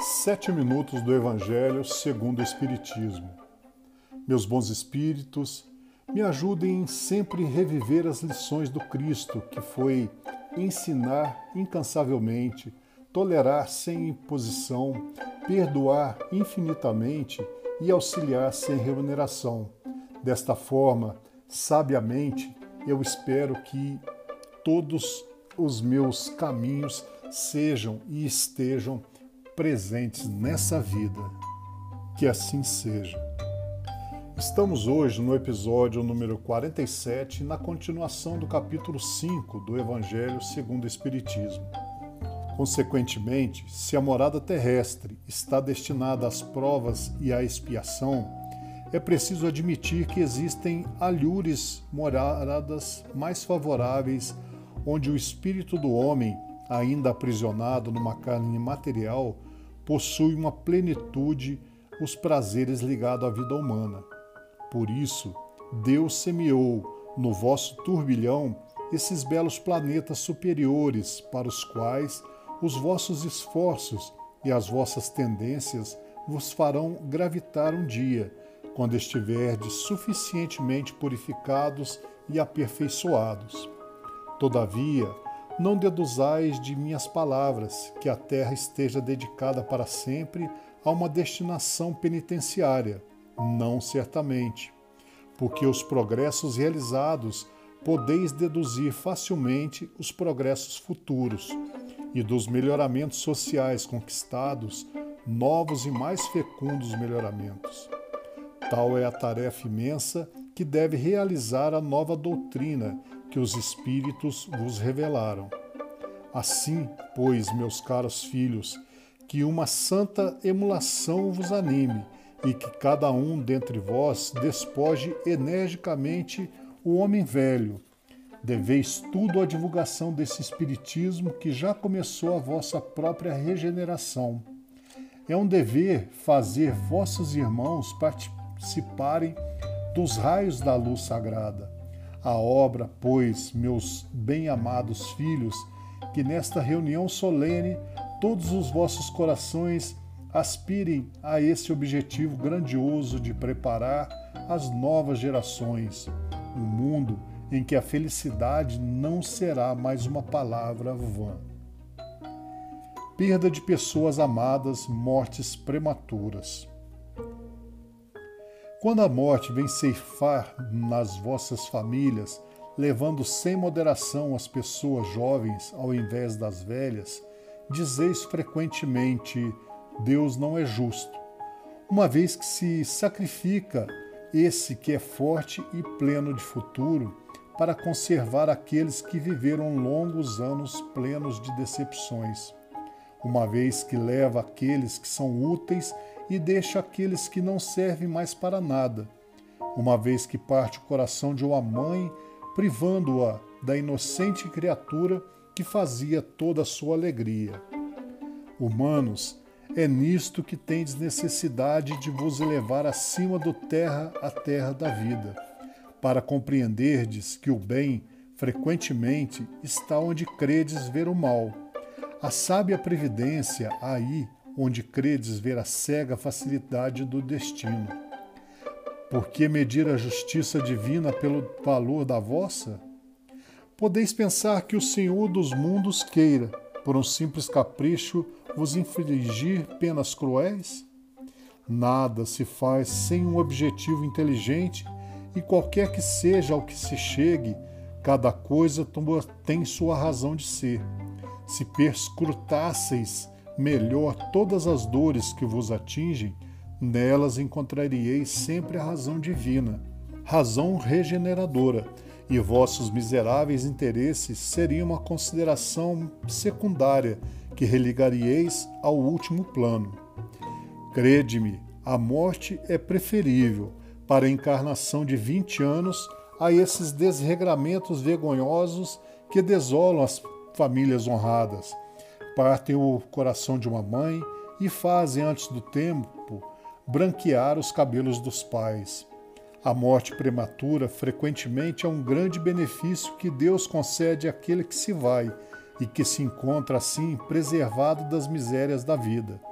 7 minutos do Evangelho segundo o Espiritismo. Meus bons espíritos, me ajudem sempre a reviver as lições do Cristo, que foi ensinar incansavelmente, tolerar sem imposição, perdoar infinitamente e auxiliar sem remuneração. Desta forma, sabiamente, eu espero que todos os meus caminhos sejam e estejam presentes nessa vida. Que assim seja. Estamos hoje no episódio número 47, na continuação do capítulo 5 do Evangelho segundo o Espiritismo. Consequentemente, se a morada terrestre está destinada às provas e à expiação, é preciso admitir que existem alhures moradas mais favoráveis, onde o espírito do homem, ainda aprisionado numa carne material, possui uma plenitude, os prazeres ligados à vida humana. Por isso, Deus semeou no vosso turbilhão esses belos planetas superiores para os quais os vossos esforços e as vossas tendências vos farão gravitar um dia, quando estiverdes suficientemente purificados e aperfeiçoados. Todavia, não deduzais de minhas palavras que a terra esteja dedicada para sempre a uma destinação penitenciária. Não certamente, porque os progressos realizados podeis deduzir facilmente os progressos futuros, e dos melhoramentos sociais conquistados, novos e mais fecundos melhoramentos. Tal é a tarefa imensa que deve realizar a nova doutrina que os Espíritos vos revelaram. Assim, pois, meus caros filhos, que uma santa emulação vos anime e que cada um dentre vós despoje energicamente o homem velho. Deveis tudo à divulgação desse Espiritismo que já começou a vossa própria regeneração. É um dever fazer vossos irmãos participarem dos raios da luz sagrada. A obra, pois, meus bem-amados filhos, que nesta reunião solene todos os vossos corações aspirem a esse objetivo grandioso de preparar as novas gerações, um mundo em que a felicidade não será mais uma palavra vã. Perda de pessoas amadas, mortes prematuras. Quando a morte vem ceifar nas vossas famílias, levando sem moderação as pessoas jovens ao invés das velhas, dizeis frequentemente: Deus não é justo, uma vez que se sacrifica esse que é forte e pleno de futuro para conservar aqueles que viveram longos anos plenos de decepções, uma vez que leva aqueles que são úteis e deixa aqueles que não servem mais para nada, uma vez que parte o coração de uma mãe, privando-a da inocente criatura que fazia toda a sua alegria. Humanos, é nisto que tendes necessidade de vos elevar acima do terra à terra da vida, para compreenderdes que o bem, frequentemente, está onde credes ver o mal. A sábia previdência aí onde credes ver a cega facilidade do destino. Por que medir a justiça divina pelo valor da vossa? Podeis pensar que o Senhor dos mundos queira, por um simples capricho, vos infligir penas cruéis? Nada se faz sem um objetivo inteligente, e qualquer que seja ao que se chegue, cada coisa tem sua razão de ser. Se perscrutasseis melhor todas as dores que vos atingem, nelas encontraríeis sempre a razão divina, razão regeneradora, e vossos miseráveis interesses seriam uma consideração secundária que religaríeis ao último plano. Crede-me, a morte é preferível para a encarnação de 20 anos a esses desregramentos vergonhosos que desolam as famílias honradas, partem o coração de uma mãe e fazem, antes do tempo, branquear os cabelos dos pais. A morte prematura frequentemente é um grande benefício que Deus concede àquele que se vai e que se encontra assim preservado das misérias da vida.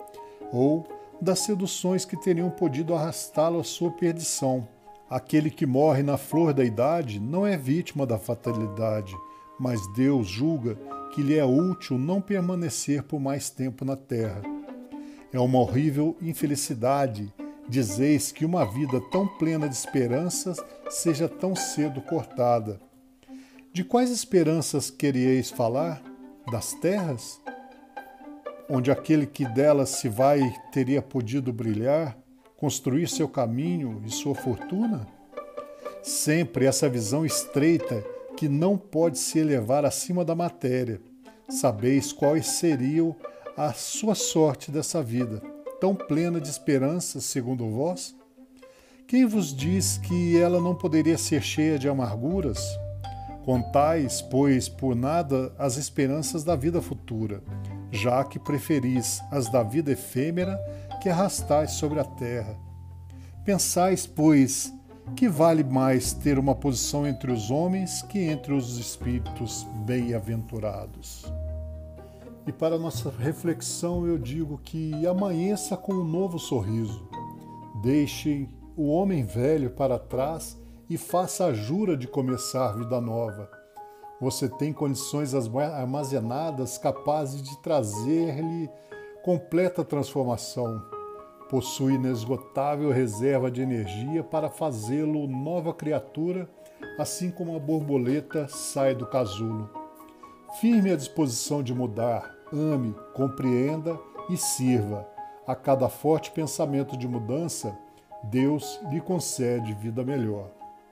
ou das seduções que teriam podido arrastá-lo à sua perdição. Aquele que morre na flor da idade não é vítima da fatalidade, mas Deus julga que lhe é útil não permanecer por mais tempo na terra. É uma horrível infelicidade dizeis que uma vida tão plena de esperanças seja tão cedo cortada. De quais esperanças queríeis falar? Das terras? Onde aquele que delas se vai teria podido brilhar, construir seu caminho e sua fortuna? Sempre essa visão estreita que não pode se elevar acima da matéria. Sabeis quais seriam a sua sorte dessa vida, tão plena de esperanças, segundo vós? Quem vos diz que ela não poderia ser cheia de amarguras? Contais, pois, por nada as esperanças da vida futura, já que preferis as da vida efêmera que arrastais sobre a terra. Pensais, pois, que vale mais ter uma posição entre os homens que entre os espíritos bem-aventurados. E para nossa reflexão eu digo que amanheça com um novo sorriso. Deixe o homem velho para trás e faça a jura de começar vida nova. Você tem condições armazenadas capazes de trazer-lhe completa transformação. Possui inesgotável reserva de energia para fazê-lo nova criatura, assim como a borboleta sai do casulo. Firme à disposição de mudar, ame, compreenda e sirva. A cada forte pensamento de mudança, Deus lhe concede vida melhor.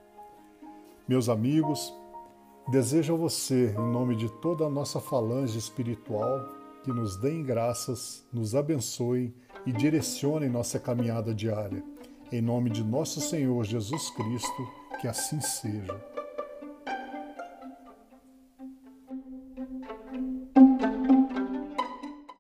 Meus amigos, desejo a você, em nome de toda a nossa falange espiritual, que nos deem graças, nos abençoem e direcionem nossa caminhada diária. Em nome de nosso Senhor Jesus Cristo, que assim seja.